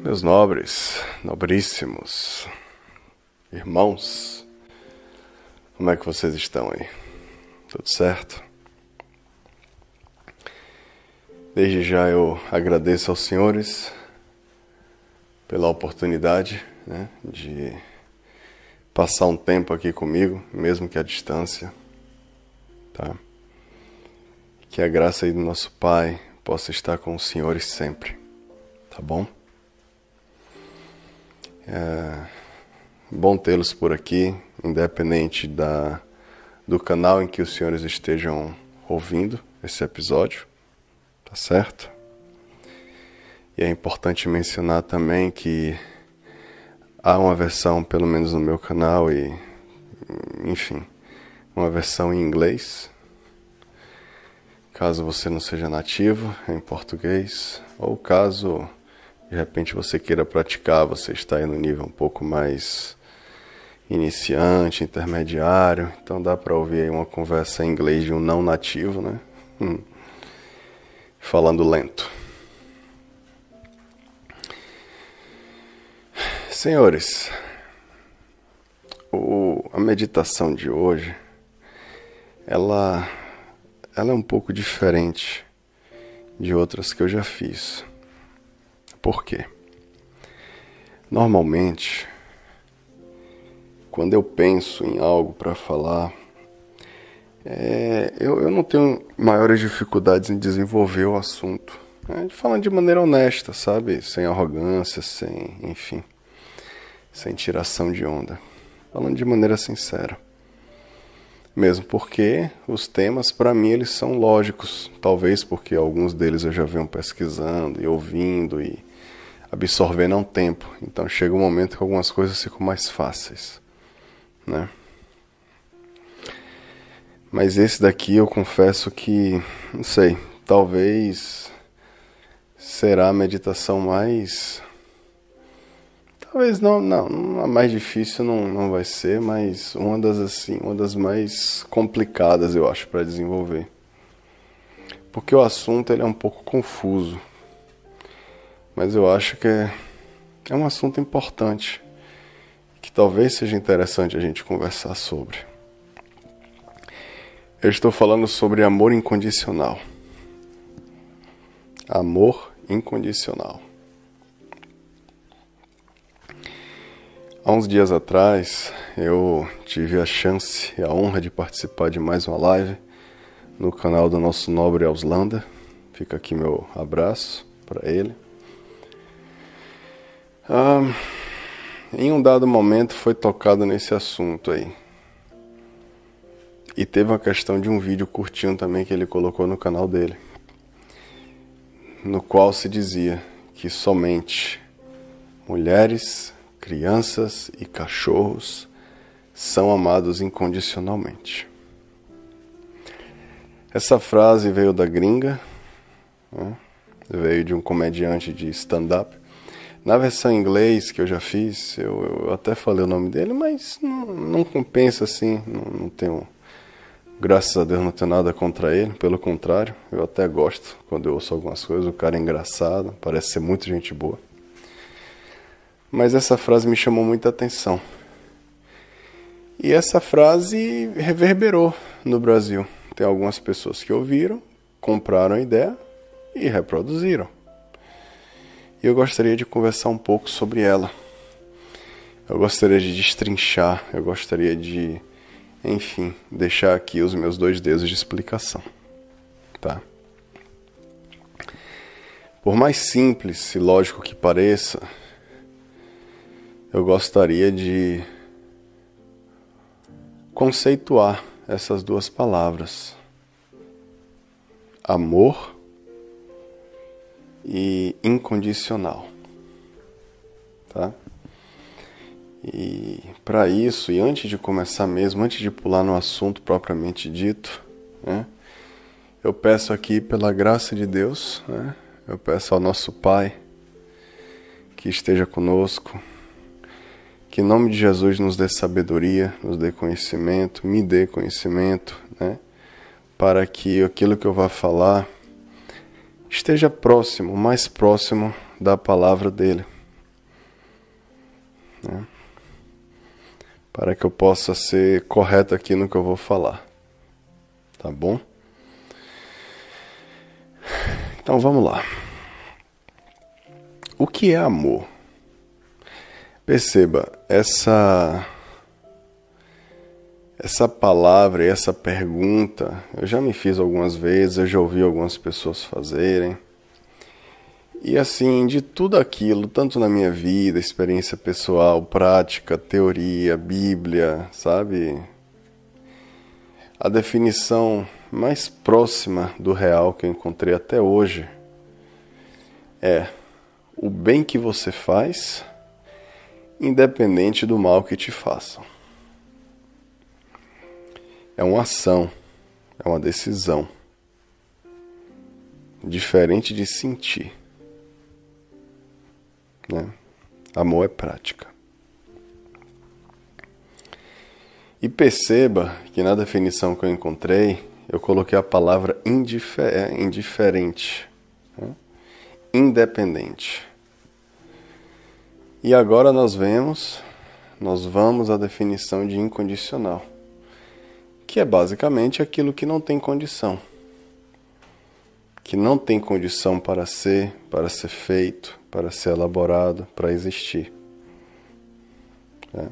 Meus nobres, nobríssimos, irmãos, como é que vocês estão aí? Tudo certo? Desde já eu agradeço aos senhores pela oportunidade, de passar um tempo aqui comigo, mesmo que à distância, tá? Que a graça aí do nosso Pai possa estar com os senhores sempre, tá bom? É bom tê-los por aqui, independente do canal em que os senhores estejam ouvindo esse episódio, tá certo? E é importante mencionar também que há uma versão, pelo menos no meu canal, uma versão em inglês. Caso você não seja nativo, em português, ou caso de repente você queira praticar, você está aí no nível um pouco mais iniciante, intermediário, então dá para ouvir aí uma conversa em inglês de um não nativo, né? Falando lento. Senhores, a meditação de hoje, ela é um pouco diferente de outras que eu já fiz. Por quê? Normalmente, quando eu penso em algo para falar, eu não tenho maiores dificuldades em desenvolver o assunto. Falando de maneira honesta, sabe? Sem arrogância, sem tiração de onda. Falando de maneira sincera. Mesmo porque os temas, para mim, eles são lógicos. Talvez porque alguns deles eu já venho pesquisando e ouvindo e absorvendo há um tempo. Então chega um momento que algumas coisas ficam mais fáceis, né? Mas esse daqui eu confesso que, não sei, talvez será a meditação mais... Talvez não, a mais difícil não vai ser, mas uma das mais complicadas, eu acho, para desenvolver. Porque o assunto ele é um pouco confuso. Mas eu acho que é um assunto importante, que talvez seja interessante a gente conversar sobre. Eu estou falando sobre amor incondicional. Amor incondicional. Há uns dias atrás, eu tive a chance e a honra de participar de mais uma live no canal do nosso nobre Auslanda. Fica aqui meu abraço para ele. Em um dado momento foi tocado nesse assunto aí. E teve uma questão de um vídeo curtinho também que ele colocou no canal dele, no qual se dizia que somente mulheres, crianças e cachorros são amados incondicionalmente. Essa frase veio da gringa, veio de um comediante de stand-up. Na versão em inglês que eu já fiz, eu até falei o nome dele, mas não compensa assim, não tenho, graças a Deus não tenho nada contra ele, pelo contrário, eu até gosto quando eu ouço algumas coisas, o cara é engraçado, parece ser muito gente boa. Mas essa frase me chamou muita atenção. E essa frase reverberou no Brasil. Tem algumas pessoas que ouviram, compraram a ideia e reproduziram. E eu gostaria de conversar um pouco sobre ela. Eu gostaria de destrinchar, eu gostaria de, deixar aqui os meus 2 dedos de explicação. Tá? Por mais simples e lógico que pareça, eu gostaria de conceituar essas 2 palavras. Amor e incondicional. Tá? E para isso, e antes de começar mesmo, antes de pular no assunto propriamente dito, eu peço aqui pela graça de Deus, eu peço ao nosso Pai que esteja conosco, que em nome de Jesus nos dê sabedoria, nos dê conhecimento, me dê conhecimento, para que aquilo que eu vá falar esteja próximo, mais próximo da palavra dele, né? Para que eu possa ser correto aqui no que eu vou falar. Tá bom? Então vamos lá. O que é amor? Perceba, essa palavra e essa pergunta, eu já me fiz algumas vezes, eu já ouvi algumas pessoas fazerem. E assim, de tudo aquilo, tanto na minha vida, experiência pessoal, prática, teoria, Bíblia, sabe? A definição mais próxima do real que eu encontrei até hoje é o bem que você faz, independente do mal que te façam. É uma ação, é uma decisão, diferente de sentir, né? Amor é prática. E perceba que na definição que eu encontrei, eu coloquei a palavra indiferente, né? Independente. E agora nós vamos à definição de incondicional, que é basicamente aquilo que não tem condição. Que não tem condição para ser feito, para ser elaborado, para existir. Né?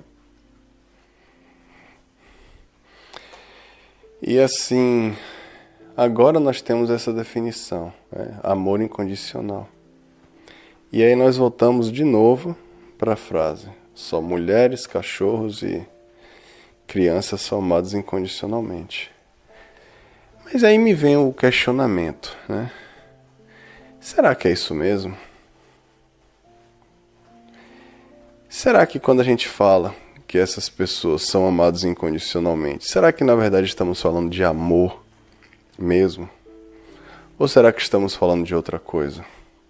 E assim, agora nós temos essa definição, né? Amor incondicional. E aí nós voltamos de novo para a frase: só mulheres, cachorros e crianças são amados incondicionalmente. Mas aí me vem o questionamento, né? Será que é isso mesmo? Será que quando a gente fala que essas pessoas são amadas incondicionalmente, será que na verdade estamos falando de amor mesmo? Ou será que estamos falando de outra coisa?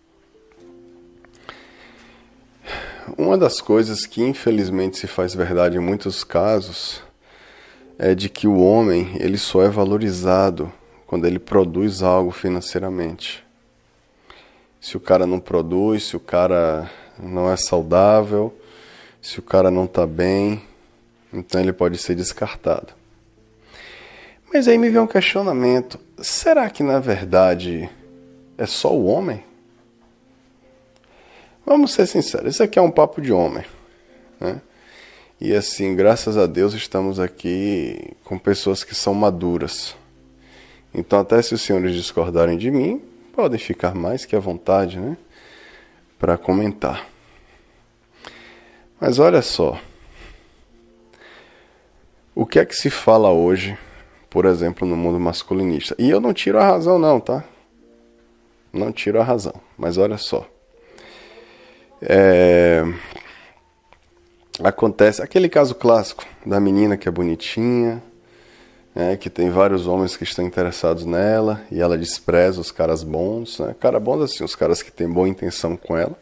Uma das coisas que infelizmente se faz verdade em muitos casos é de que o homem, ele só é valorizado quando ele produz algo financeiramente. Se o cara não produz, se o cara não é saudável, se o cara não está bem, então ele pode ser descartado. Mas aí me vem um questionamento: será que na verdade é só o homem? Vamos ser sinceros, isso aqui é um papo de homem, né? E assim, graças a Deus estamos aqui com pessoas que são maduras. Então até se os senhores discordarem de mim, podem ficar mais que à vontade, né, para comentar. Mas olha só, o que é que se fala hoje, por exemplo, no mundo masculinista? E eu não tiro a razão não, tá? Não tiro a razão, mas olha só. Acontece aquele caso clássico da menina que é bonitinha, né, que tem vários homens que estão interessados nela e ela despreza os caras bons, né? Cara bons assim, os caras que têm boa intenção com ela.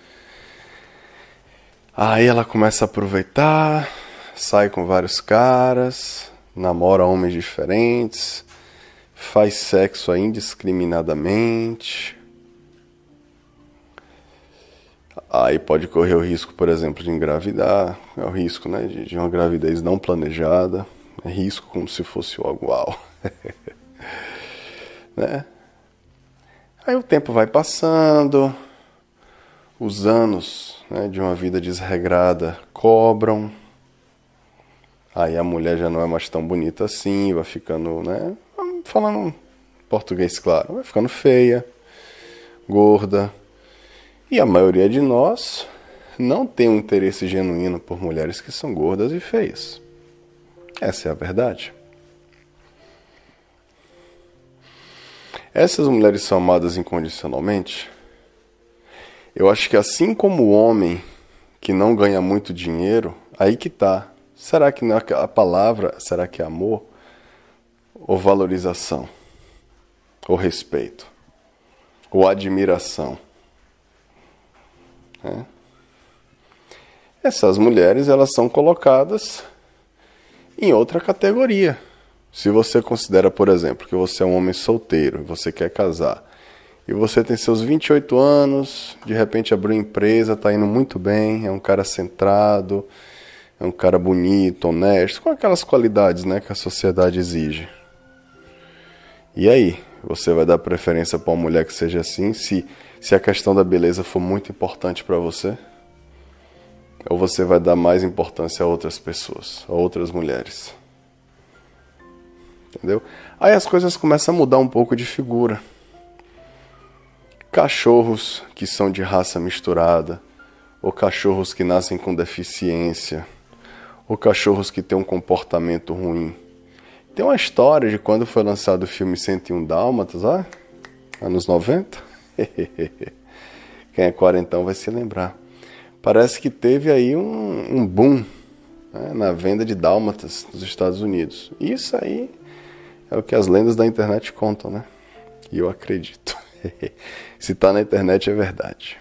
Aí ela começa a aproveitar, sai com vários caras, namora homens diferentes, faz sexo indiscriminadamente. Aí pode correr o risco, por exemplo, de engravidar. É o risco, né, de uma gravidez não planejada. É risco como se fosse algo uau. Né? Aí o tempo vai passando, os anos, né, de uma vida desregrada cobram. Aí a mulher já não é mais tão bonita assim, vai ficando, né, falando português claro, vai ficando feia, gorda. E a maioria de nós não tem um interesse genuíno por mulheres que são gordas e feias. Essa é a verdade. Essas mulheres são amadas incondicionalmente? Eu acho que assim como o homem que não ganha muito dinheiro, aí que tá. Será que a palavra, será que é amor? Ou valorização? Ou respeito? Ou admiração? Essas mulheres, elas são colocadas em outra categoria. Se você considera, por exemplo, que você é um homem solteiro e você quer casar, E você tem seus 28 anos, de repente abriu empresa, está indo muito bem, é um cara centrado, é um cara bonito, honesto, com aquelas qualidades, né, que a sociedade exige. E aí, você vai dar preferência para uma mulher que seja assim, se a questão da beleza for muito importante para você? Ou você vai dar mais importância a outras pessoas, a outras mulheres? Entendeu? Aí as coisas começam a mudar um pouco de figura. Cachorros que são de raça misturada, ou cachorros que nascem com deficiência, ou cachorros que têm um comportamento ruim. Tem uma história de quando foi lançado o filme 101 Dálmatas, anos 90. Quem é quarentão vai se lembrar. Parece que teve aí um boom, né, na venda de dálmatas nos Estados Unidos. Isso aí é o que as lendas da internet contam, né? E eu acredito. Se tá na internet é verdade.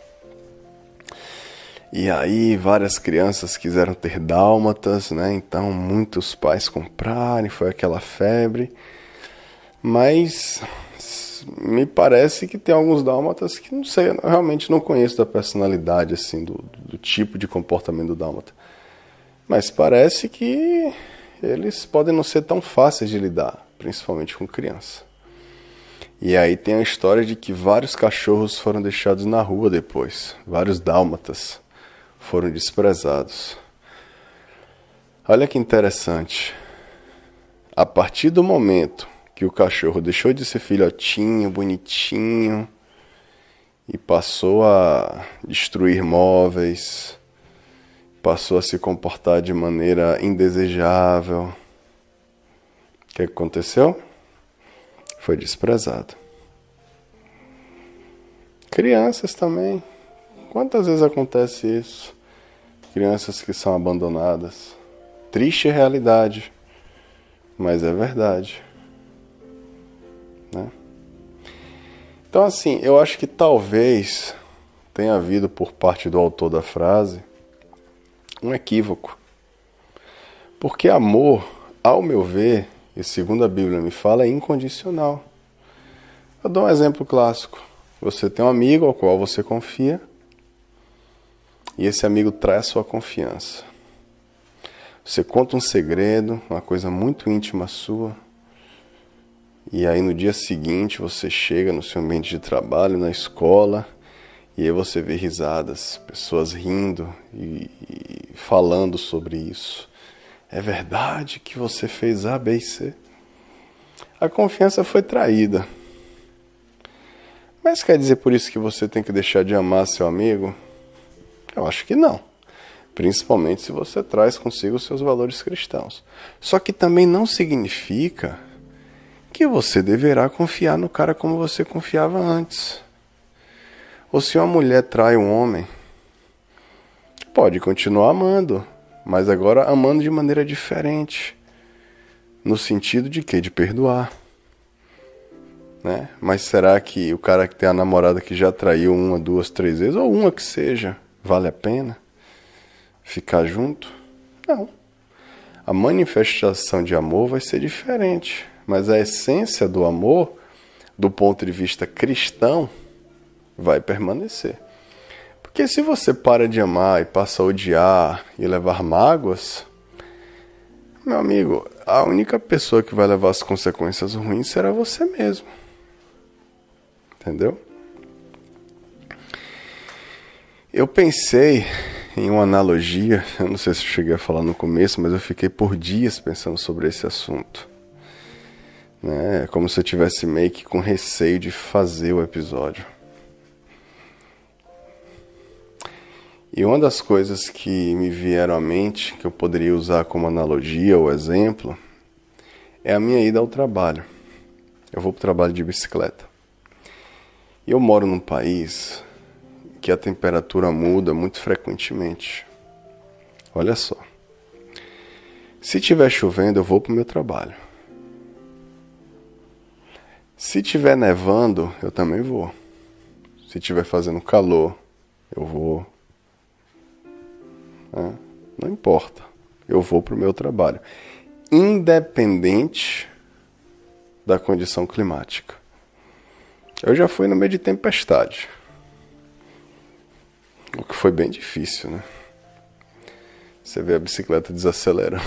E aí várias crianças quiseram ter dálmatas, né? Então muitos pais compraram, foi aquela febre. Mas me parece que tem alguns dálmatas que não sei, eu realmente não conheço da personalidade, assim, do tipo de comportamento do dálmata. Mas parece que eles podem não ser tão fáceis de lidar, principalmente com criança. E aí tem a história de que vários cachorros foram deixados na rua depois, vários dálmatas foram desprezados. Olha que interessante. A partir do momento que o cachorro deixou de ser filhotinho, bonitinho, e passou a destruir móveis, passou a se comportar de maneira indesejável, o que aconteceu? Foi desprezado. Crianças também. Quantas vezes acontece isso? Crianças que são abandonadas. Triste realidade, mas é verdade. Né? Então, assim, eu acho que talvez tenha havido por parte do autor da frase um equívoco. Porque amor, ao meu ver, e segundo a Bíblia me fala, é incondicional. Eu dou um exemplo clássico. Você tem um amigo ao qual você confia, e esse amigo traz sua confiança. Você conta um segredo, uma coisa muito íntima sua, e aí no dia seguinte você chega no seu ambiente de trabalho, na escola, e aí você vê risadas, pessoas rindo e falando sobre isso. É verdade que você fez A, B e C? A confiança foi traída. Mas quer dizer por isso que você tem que deixar de amar seu amigo? Eu acho que não. Principalmente se você traz consigo os seus valores cristãos. Só que também não significa que você deverá confiar no cara como você confiava antes. Ou se uma mulher trai um homem, pode continuar amando, mas agora amando de maneira diferente. No sentido de quê? De perdoar. Né? Mas será que o cara que tem a namorada que já traiu uma, duas, três vezes, ou uma que seja, vale a pena ficar junto? Não. A manifestação de amor vai ser diferente, mas a essência do amor, do ponto de vista cristão, vai permanecer. Porque se você para de amar e passa a odiar e levar mágoas, meu amigo, a única pessoa que vai levar as consequências ruins será você mesmo. Entendeu? Eu pensei em uma analogia, eu não sei se eu cheguei a falar no começo, mas eu fiquei por dias pensando sobre esse assunto. É como se eu tivesse meio que com receio de fazer o episódio. E uma das coisas que me vieram à mente, que eu poderia usar como analogia ou exemplo, é a minha ida ao trabalho. Eu vou para o trabalho de bicicleta. E eu moro num país que a temperatura muda muito frequentemente. Olha só. Se estiver chovendo, eu vou para o meu trabalho. Se estiver nevando, eu também vou. Se estiver fazendo calor, eu vou. Não importa. Eu vou para o meu trabalho. Independente da condição climática. Eu já fui no meio de tempestade. O que foi bem difícil, né? Você vê a bicicleta desacelerando.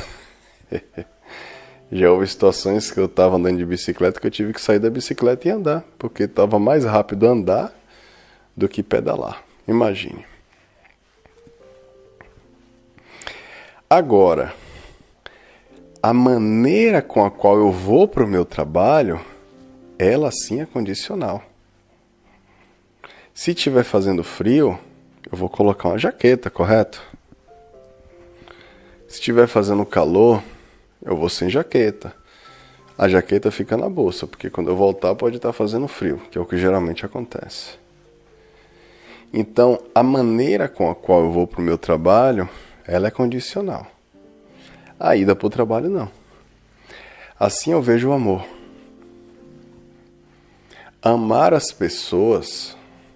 Já houve situações que eu estava andando de bicicleta que eu tive que sair da bicicleta e andar, porque estava mais rápido andar do que pedalar. Imagine. Agora, a maneira com a qual eu vou para o meu trabalho, ela sim é condicional. Se estiver fazendo frio, eu vou colocar uma jaqueta, correto? Se estiver fazendo calor, eu vou sem jaqueta. A jaqueta fica na bolsa, porque quando eu voltar pode estar fazendo frio, que é o que geralmente acontece. Então, a maneira com a qual eu vou para o meu trabalho, ela é condicional. A ida para o trabalho, não. Assim eu vejo o amor. Amar as pessoas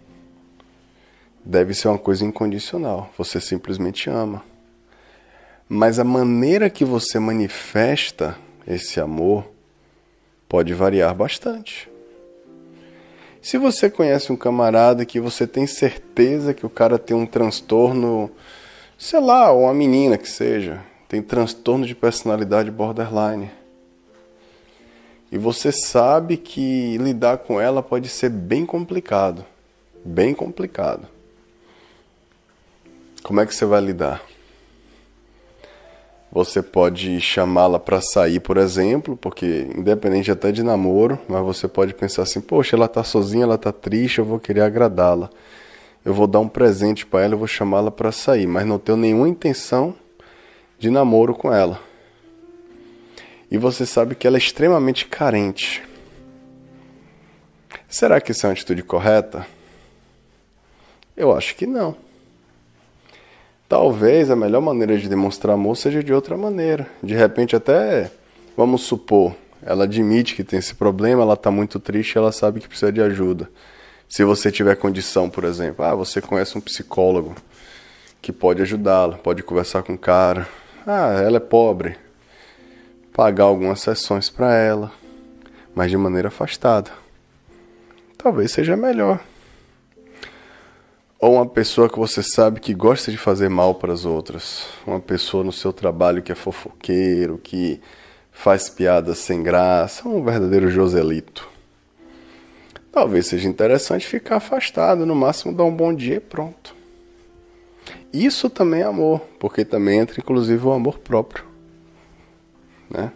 deve ser uma coisa incondicional. Você simplesmente ama. Mas a maneira que você manifesta esse amor pode variar bastante. Se você conhece um camarada que você tem certeza que o cara tem um transtorno, sei lá, ou uma menina que seja, tem transtorno de personalidade borderline, e você sabe que lidar com ela pode ser bem complicado. Bem complicado. Como é que você vai lidar? Você pode chamá-la para sair, por exemplo, porque independente até de namoro, mas você pode pensar assim, poxa, ela tá sozinha, ela tá triste, eu vou querer agradá-la. Eu vou dar um presente para ela, eu vou chamá-la para sair, mas não tenho nenhuma intenção de namoro com ela. E você sabe que ela é extremamente carente. Será que isso é uma atitude correta? Eu acho que não. Talvez a melhor maneira de demonstrar amor seja de outra maneira. De repente até, vamos supor, ela admite que tem esse problema, ela está muito triste, ela sabe que precisa de ajuda. Se você tiver condição, por exemplo, você conhece um psicólogo que pode ajudá-la, pode conversar com o cara. Ela é pobre. Pagar algumas sessões para ela, mas de maneira afastada. Talvez seja melhor. Ou uma pessoa que você sabe que gosta de fazer mal para as outras. Uma pessoa no seu trabalho que é fofoqueiro, que faz piadas sem graça, um verdadeiro Joselito. Talvez seja interessante ficar afastado, no máximo dar um bom dia e pronto. Isso também é amor, porque também entra inclusive o amor próprio. Né?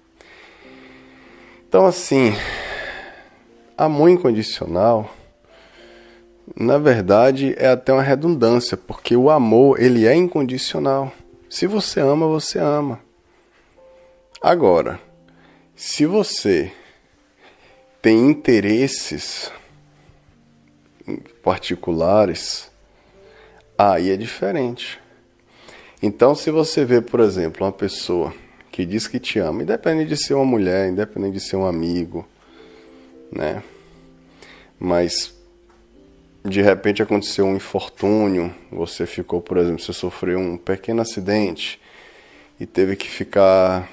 Então assim, amor incondicional, na verdade é até uma redundância, porque o amor ele é incondicional. Se você ama, você ama. Agora, se você tem interesses particulares, aí é diferente. Então se você vê, por exemplo, uma pessoa que diz que te ama, independente de ser uma mulher, independente de ser um amigo, né? Mas de repente aconteceu um infortúnio, você ficou, por exemplo, você sofreu um pequeno acidente e teve que ficar,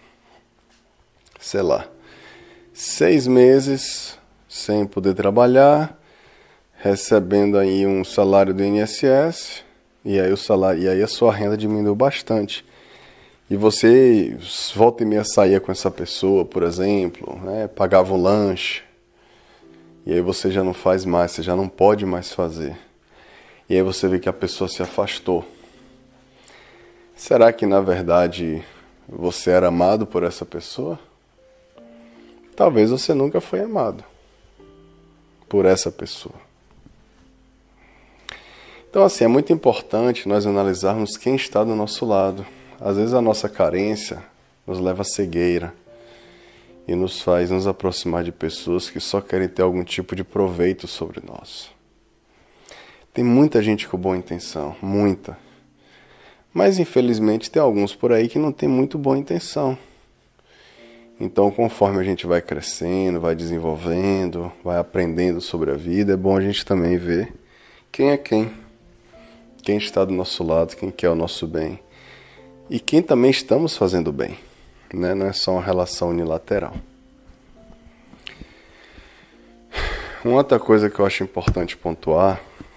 sei lá, 6 meses sem poder trabalhar, recebendo aí um salário do INSS, e aí a sua renda diminuiu bastante. E você volta e meia saía com essa pessoa, por exemplo, né? Pagava um lanche. E aí você já não faz mais, você já não pode mais fazer. E aí você vê que a pessoa se afastou. Será que na verdade você era amado por essa pessoa? Talvez você nunca foi amado por essa pessoa. Então assim, é muito importante nós analisarmos quem está do nosso lado. Às vezes a nossa carência nos leva à cegueira e nos faz nos aproximar de pessoas que só querem ter algum tipo de proveito sobre nós. Tem muita gente com boa intenção, muita. Mas infelizmente tem alguns por aí que não tem muito boa intenção. Então conforme a gente vai crescendo, vai desenvolvendo, vai aprendendo sobre a vida, é bom a gente também ver quem é quem. Quem está do nosso lado, quem quer o nosso bem. E quem também estamos fazendo bem, né? Não é só uma relação unilateral. Uma outra coisa que eu acho importante pontuar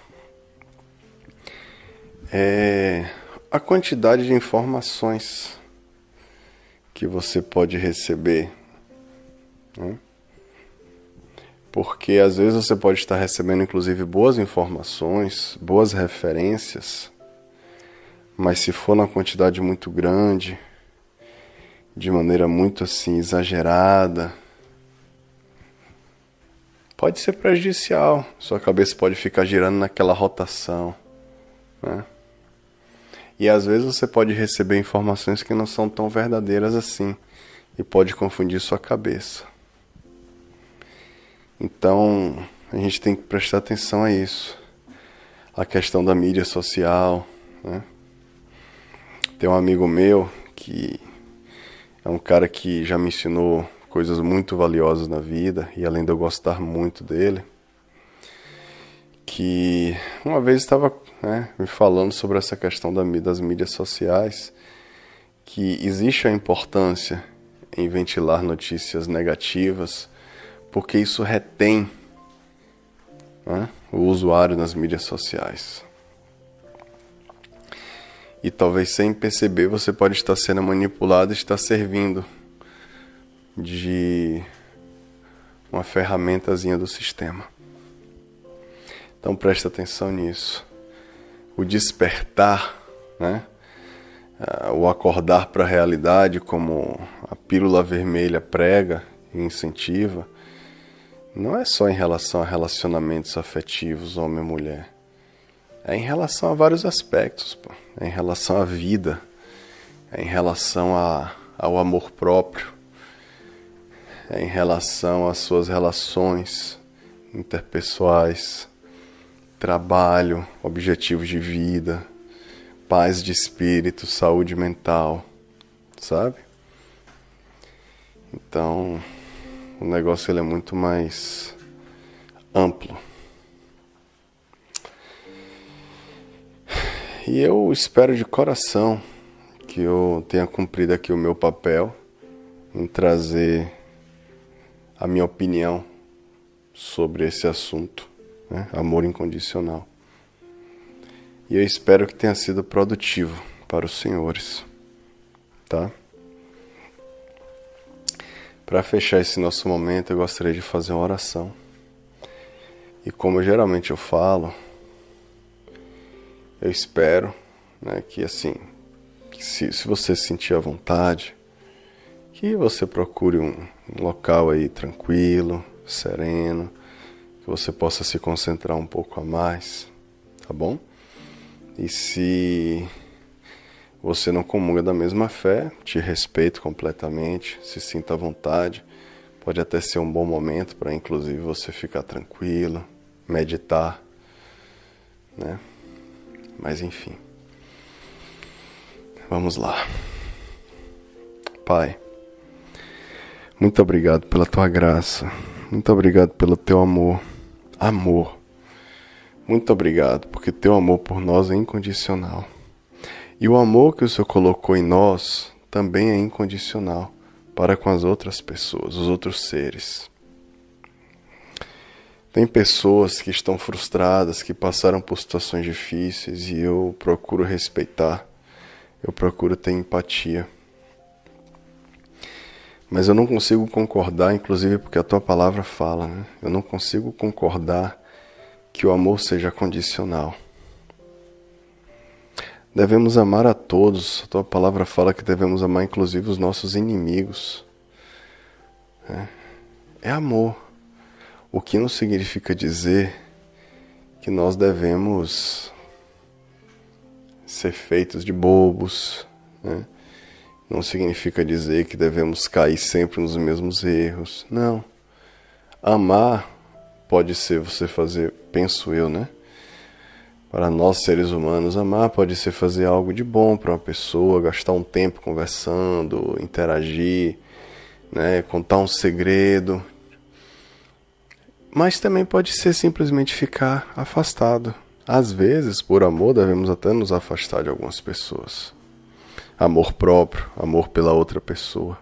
é a quantidade de informações que você pode receber, né? Porque às vezes você pode estar recebendo inclusive boas informações, boas referências, mas se for na quantidade muito grande, de maneira muito assim exagerada, pode ser prejudicial. Sua cabeça pode ficar girando naquela rotação, né? E às vezes você pode receber informações que não são tão verdadeiras assim e pode confundir sua cabeça. Então, a gente tem que prestar atenção a isso. A questão da mídia social, né? Tem um amigo meu que é um cara que já me ensinou coisas muito valiosas na vida, e além de eu gostar muito dele, que uma vez estava, né, me falando sobre essa questão das mídias sociais, que existe a importância em ventilar notícias negativas, porque isso retém, né, o usuário nas mídias sociais. E talvez sem perceber você pode estar sendo manipulado e estar servindo de uma ferramentazinha do sistema. Então presta atenção nisso. O despertar, né? O acordar para a realidade, como a pílula vermelha prega e incentiva, não é só em relação a relacionamentos afetivos, homem e mulher. É em relação a vários aspectos, pô. É em relação à vida, é em relação ao amor próprio, é em relação às suas relações interpessoais, trabalho, objetivos de vida, paz de espírito, saúde mental, sabe? Então, o negócio ele é muito mais amplo. E eu espero de coração que eu tenha cumprido aqui o meu papel em trazer a minha opinião sobre esse assunto, né? Amor incondicional. E eu espero que tenha sido produtivo para os senhores, tá? Para fechar esse nosso momento, eu gostaria de fazer uma oração. E como geralmente eu falo, eu espero, né, que assim, que se você sentir à vontade, que você procure um local aí tranquilo, sereno, que você possa se concentrar um pouco a mais, tá bom? E se você não comunga da mesma fé, te respeito completamente, se sinta à vontade. Pode até ser um bom momento para, inclusive, você ficar tranquilo, meditar, né? Mas enfim, vamos lá. Pai, muito obrigado pela tua graça, muito obrigado pelo teu amor. Muito obrigado, porque teu amor por nós é incondicional. E o amor que o Senhor colocou em nós também é incondicional para com as outras pessoas, os outros seres. Tem pessoas que estão frustradas, que passaram por situações difíceis, e eu procuro respeitar, eu procuro ter empatia. Mas eu não consigo concordar, inclusive porque a tua palavra fala, né? Eu não consigo concordar que o amor seja condicional. Devemos amar a todos, a tua palavra fala que devemos amar inclusive os nossos inimigos. É amor. O que não significa dizer que nós devemos ser feitos de bobos, né? Não significa dizer que devemos cair sempre nos mesmos erros. Não. Amar pode ser você fazer, penso eu, né? Para nós seres humanos, amar pode ser fazer algo de bom para uma pessoa, gastar um tempo conversando, interagir, né? Contar um segredo. Mas também pode ser simplesmente ficar afastado. Às vezes, por amor, devemos até nos afastar de algumas pessoas. Amor próprio, amor pela outra pessoa.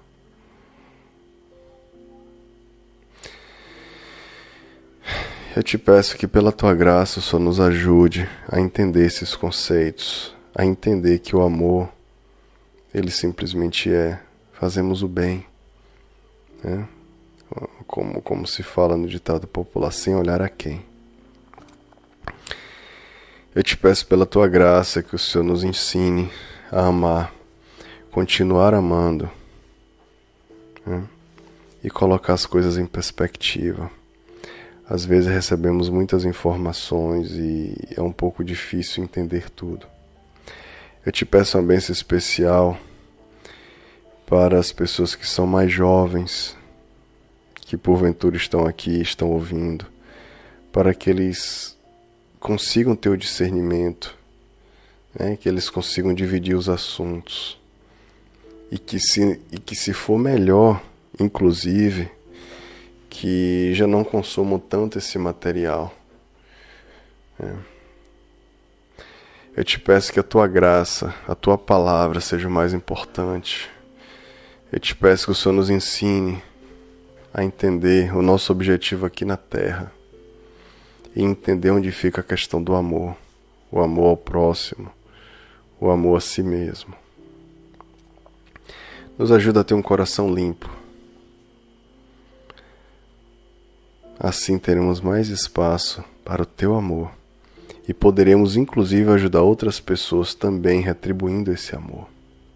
eu te peço que pela tua graça o Senhor nos ajude a entender esses conceitos, a entender que o amor, ele simplesmente fazemos o bem, né? Como se fala no ditado popular, sem olhar a quem. Eu te peço pela tua graça que o Senhor nos ensine a amar, continuar amando, né? E colocar as coisas em perspectiva. Às vezes recebemos muitas informações e é um pouco difícil entender tudo. Eu te peço uma bênção especial para as pessoas que são mais jovens, que porventura estão aqui, estão ouvindo, para que eles consigam ter o discernimento, né? Que eles consigam dividir os assuntos e que se for melhor, inclusive, que já não consumam tanto esse material. Eu te peço que a tua graça, a tua palavra seja o mais importante. Eu te peço que o Senhor nos ensine a entender o nosso objetivo aqui na Terra e entender onde fica a questão do amor, o amor ao próximo, o amor a si mesmo. Nos ajuda a ter um coração limpo. Assim teremos mais espaço para o teu amor e poderemos inclusive ajudar outras pessoas também retribuindo esse amor.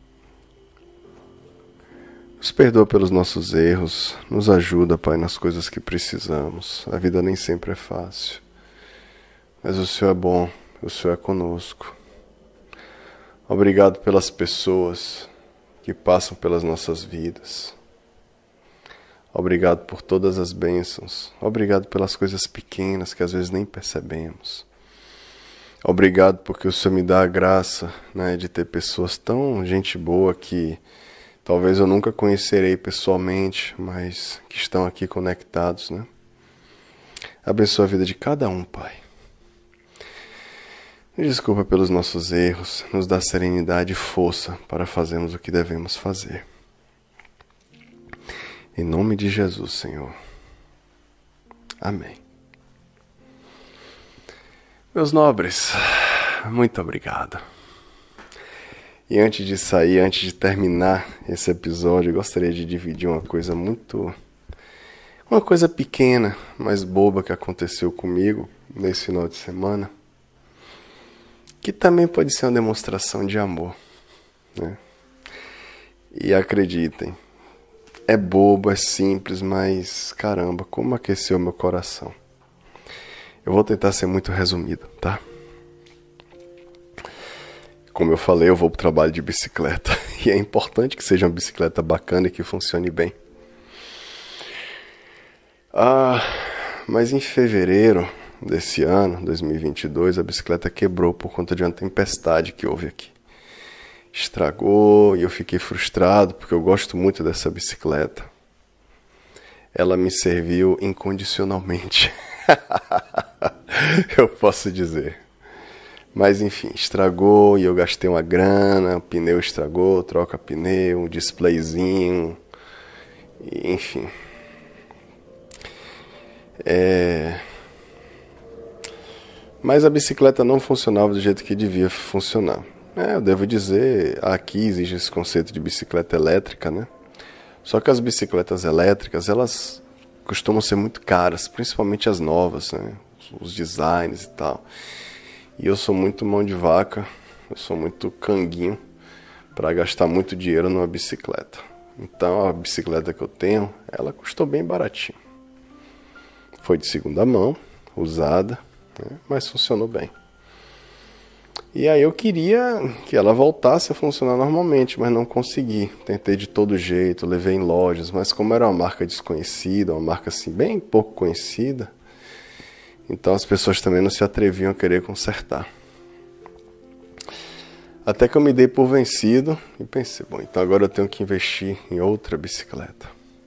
Nos perdoa pelos nossos erros, nos ajuda, Pai, nas coisas que precisamos. A vida nem sempre é fácil, mas o Senhor é bom, o Senhor é conosco. Obrigado pelas pessoas que passam pelas nossas vidas. Obrigado por todas as bênçãos. Obrigado pelas coisas pequenas que às vezes nem percebemos. Obrigado porque o Senhor me dá a graça, né, de ter pessoas tão gente boa que talvez eu nunca conhecerei pessoalmente, mas que estão aqui conectados, né? Abençoa a vida de cada um, Pai. Nos desculpa pelos nossos erros, nos dá serenidade e força para fazermos o que devemos fazer. Em nome de Jesus, Senhor. Amém. Meus nobres, muito obrigado. E antes de sair, antes de terminar esse episódio, eu gostaria de dividir uma coisa pequena, mas boba que aconteceu comigo nesse final de semana, que também pode ser uma demonstração de amor, né? E acreditem, é bobo, é simples, mas caramba, como aqueceu meu coração. Eu vou tentar ser muito resumido, tá? Como eu falei, eu vou pro trabalho de bicicleta. E é importante que seja uma bicicleta bacana e que funcione bem. Mas em fevereiro desse ano, 2022, a bicicleta quebrou por conta de uma tempestade que houve aqui. Estragou e eu fiquei frustrado porque eu gosto muito dessa bicicleta. Ela me serviu incondicionalmente. Eu posso dizer. Mas enfim, estragou e eu gastei uma grana, o pneu estragou, troca pneu, um displayzinho, enfim. Mas a bicicleta não funcionava do jeito que devia funcionar. Eu devo dizer, aqui existe esse conceito de bicicleta elétrica, né? Só que as bicicletas elétricas, elas costumam ser muito caras, principalmente as novas, né? Os designs e tal. E eu sou muito mão de vaca, eu sou muito canguinho para gastar muito dinheiro numa bicicleta. Então a bicicleta que eu tenho, ela custou bem baratinho. Foi de segunda mão, usada, né? Mas funcionou bem. E aí eu queria que ela voltasse a funcionar normalmente, mas não consegui. Tentei de todo jeito, levei em lojas, mas como era uma marca desconhecida, uma marca assim bem pouco conhecida, então as pessoas também não se atreviam a querer consertar. Até que eu me dei por vencido e pensei, bom, então agora eu tenho que investir em outra bicicleta.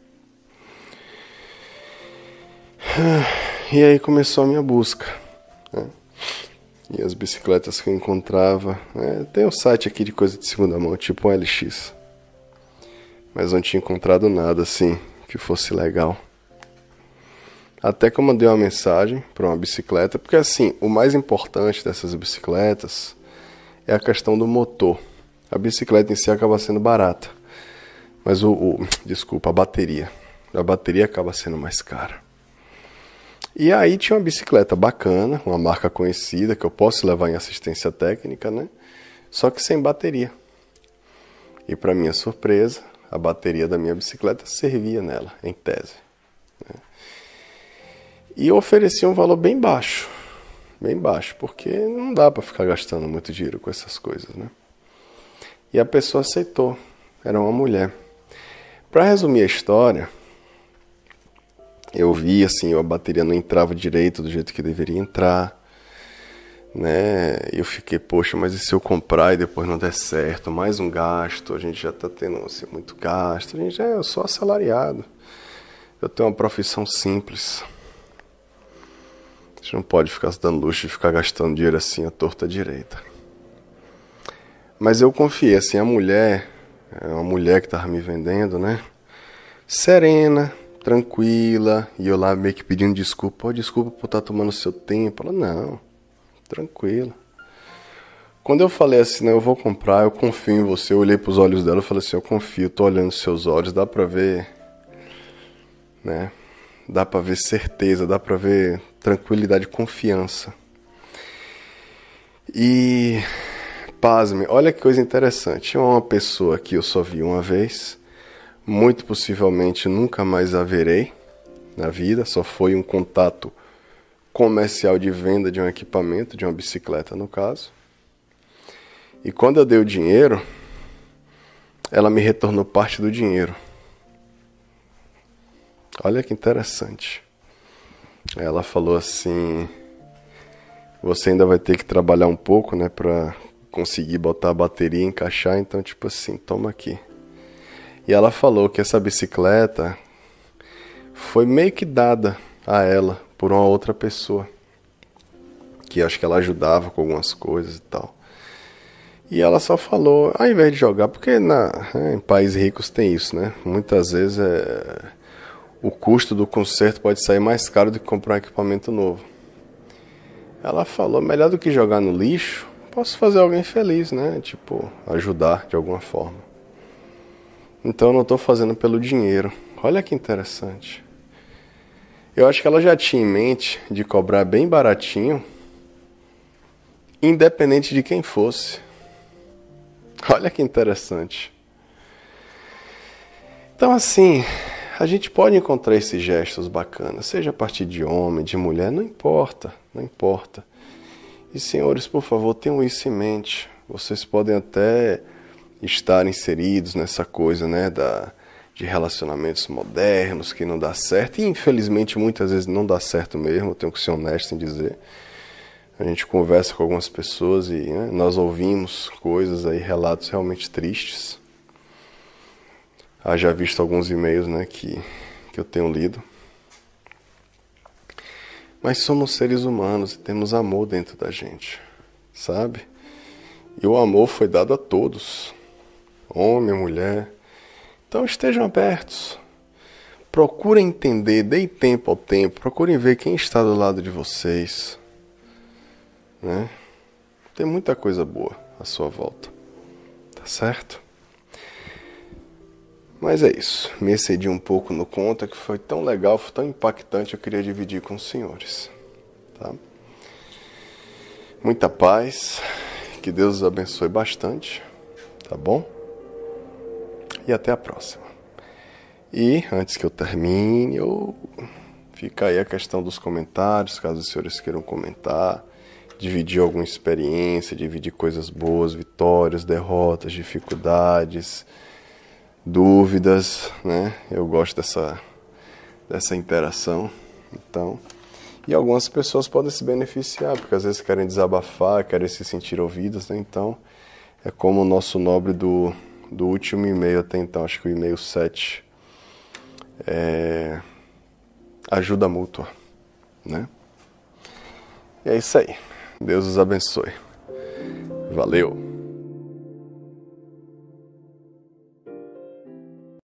E aí começou a minha busca, né? E as bicicletas que eu encontrava, tem um site aqui de coisa de segunda mão, tipo um LX. Mas não tinha encontrado nada assim, que fosse legal. Até que eu mandei uma mensagem para uma bicicleta, porque assim, o mais importante dessas bicicletas é a questão do motor. A bicicleta em si acaba sendo barata, mas desculpa, a bateria. A bateria acaba sendo mais cara. E aí tinha uma bicicleta bacana, uma marca conhecida, que eu posso levar em assistência técnica, né? Só que sem bateria. E para minha surpresa, a bateria da minha bicicleta servia nela, em tese. Né? E eu ofereci um valor bem baixo, porque não dá para ficar gastando muito dinheiro com essas coisas, né? E a pessoa aceitou, era uma mulher. Para resumir a história, eu vi assim, a bateria não entrava direito do jeito que deveria entrar, né? Eu fiquei, poxa, mas e se eu comprar e depois não der certo? Mais um gasto, a gente já tá tendo assim, muito gasto. Eu sou assalariado, eu tenho uma profissão simples. A gente não pode ficar se dando luxo de ficar gastando dinheiro assim, à torta direita. Mas eu confiei, assim, a mulher, uma mulher que tava me vendendo, né? Serena, tranquila, e eu lá meio que pedindo desculpa. Desculpa por estar tomando seu tempo. Ela, não, tranquila. Quando eu falei assim, eu vou comprar, eu confio em você, eu olhei pros olhos dela e falei assim, eu confio, tô olhando os seus olhos, dá pra ver, né? Dá pra ver certeza, dá pra ver tranquilidade, confiança. E, pasme, olha que coisa interessante, é uma pessoa que eu só vi uma vez, muito possivelmente nunca mais a verei na vida, só foi um contato comercial de venda de um equipamento, de uma bicicleta no caso. E quando eu dei o dinheiro, ela me retornou parte do dinheiro. Olha que interessante. Ela falou assim, você ainda vai ter que trabalhar um pouco, né, pra conseguir botar a bateria e encaixar, então tipo assim, toma aqui. E ela falou que essa bicicleta foi meio que dada a ela por uma outra pessoa, que acho que ela ajudava com algumas coisas e tal. E ela só falou, ao invés de jogar, porque em países ricos tem isso, né? Muitas vezes o custo do conserto pode sair mais caro do que comprar um equipamento novo. Ela falou, melhor do que jogar no lixo, posso fazer alguém feliz, né? Tipo, ajudar de alguma forma. Então eu não estou fazendo pelo dinheiro. Olha que interessante. Eu acho que ela já tinha em mente de cobrar bem baratinho, independente de quem fosse. Olha que interessante. Então assim, a gente pode encontrar esses gestos bacanas, seja a partir de homem, de mulher, não importa, não importa. E senhores, por favor, tenham isso em mente. Vocês podem até estar inseridos nessa coisa, né, de relacionamentos modernos que não dá certo, e infelizmente muitas vezes não dá certo mesmo, eu tenho que ser honesto em dizer. A gente conversa com algumas pessoas e, né, nós ouvimos coisas aí, relatos realmente tristes. Já visto alguns e-mails, né, que eu tenho lido. Mas somos seres humanos e temos amor dentro da gente, sabe? E o amor foi dado a todos, homem, mulher. Então estejam abertos. Procurem entender, deem tempo ao tempo, procurem ver quem está do lado de vocês, né? Tem muita coisa boa à sua volta, tá certo? Mas é isso, me excedi um pouco no conto, que foi tão legal, foi tão impactante, eu queria dividir com os senhores, tá? Muita paz, que Deus os abençoe bastante, tá bom? E até a próxima. E antes que eu termine, fica aí a questão dos comentários, caso os senhores queiram comentar, dividir alguma experiência, dividir coisas boas, vitórias, derrotas, dificuldades, dúvidas, né? Eu gosto dessa interação. Então, e algumas pessoas podem se beneficiar, porque às vezes querem desabafar, querem se sentir ouvidas, né? Então, é como o nosso nobre do último e-mail até então, acho que o e-mail 7, ajuda mútua, né? E é isso aí. Deus os abençoe. Valeu!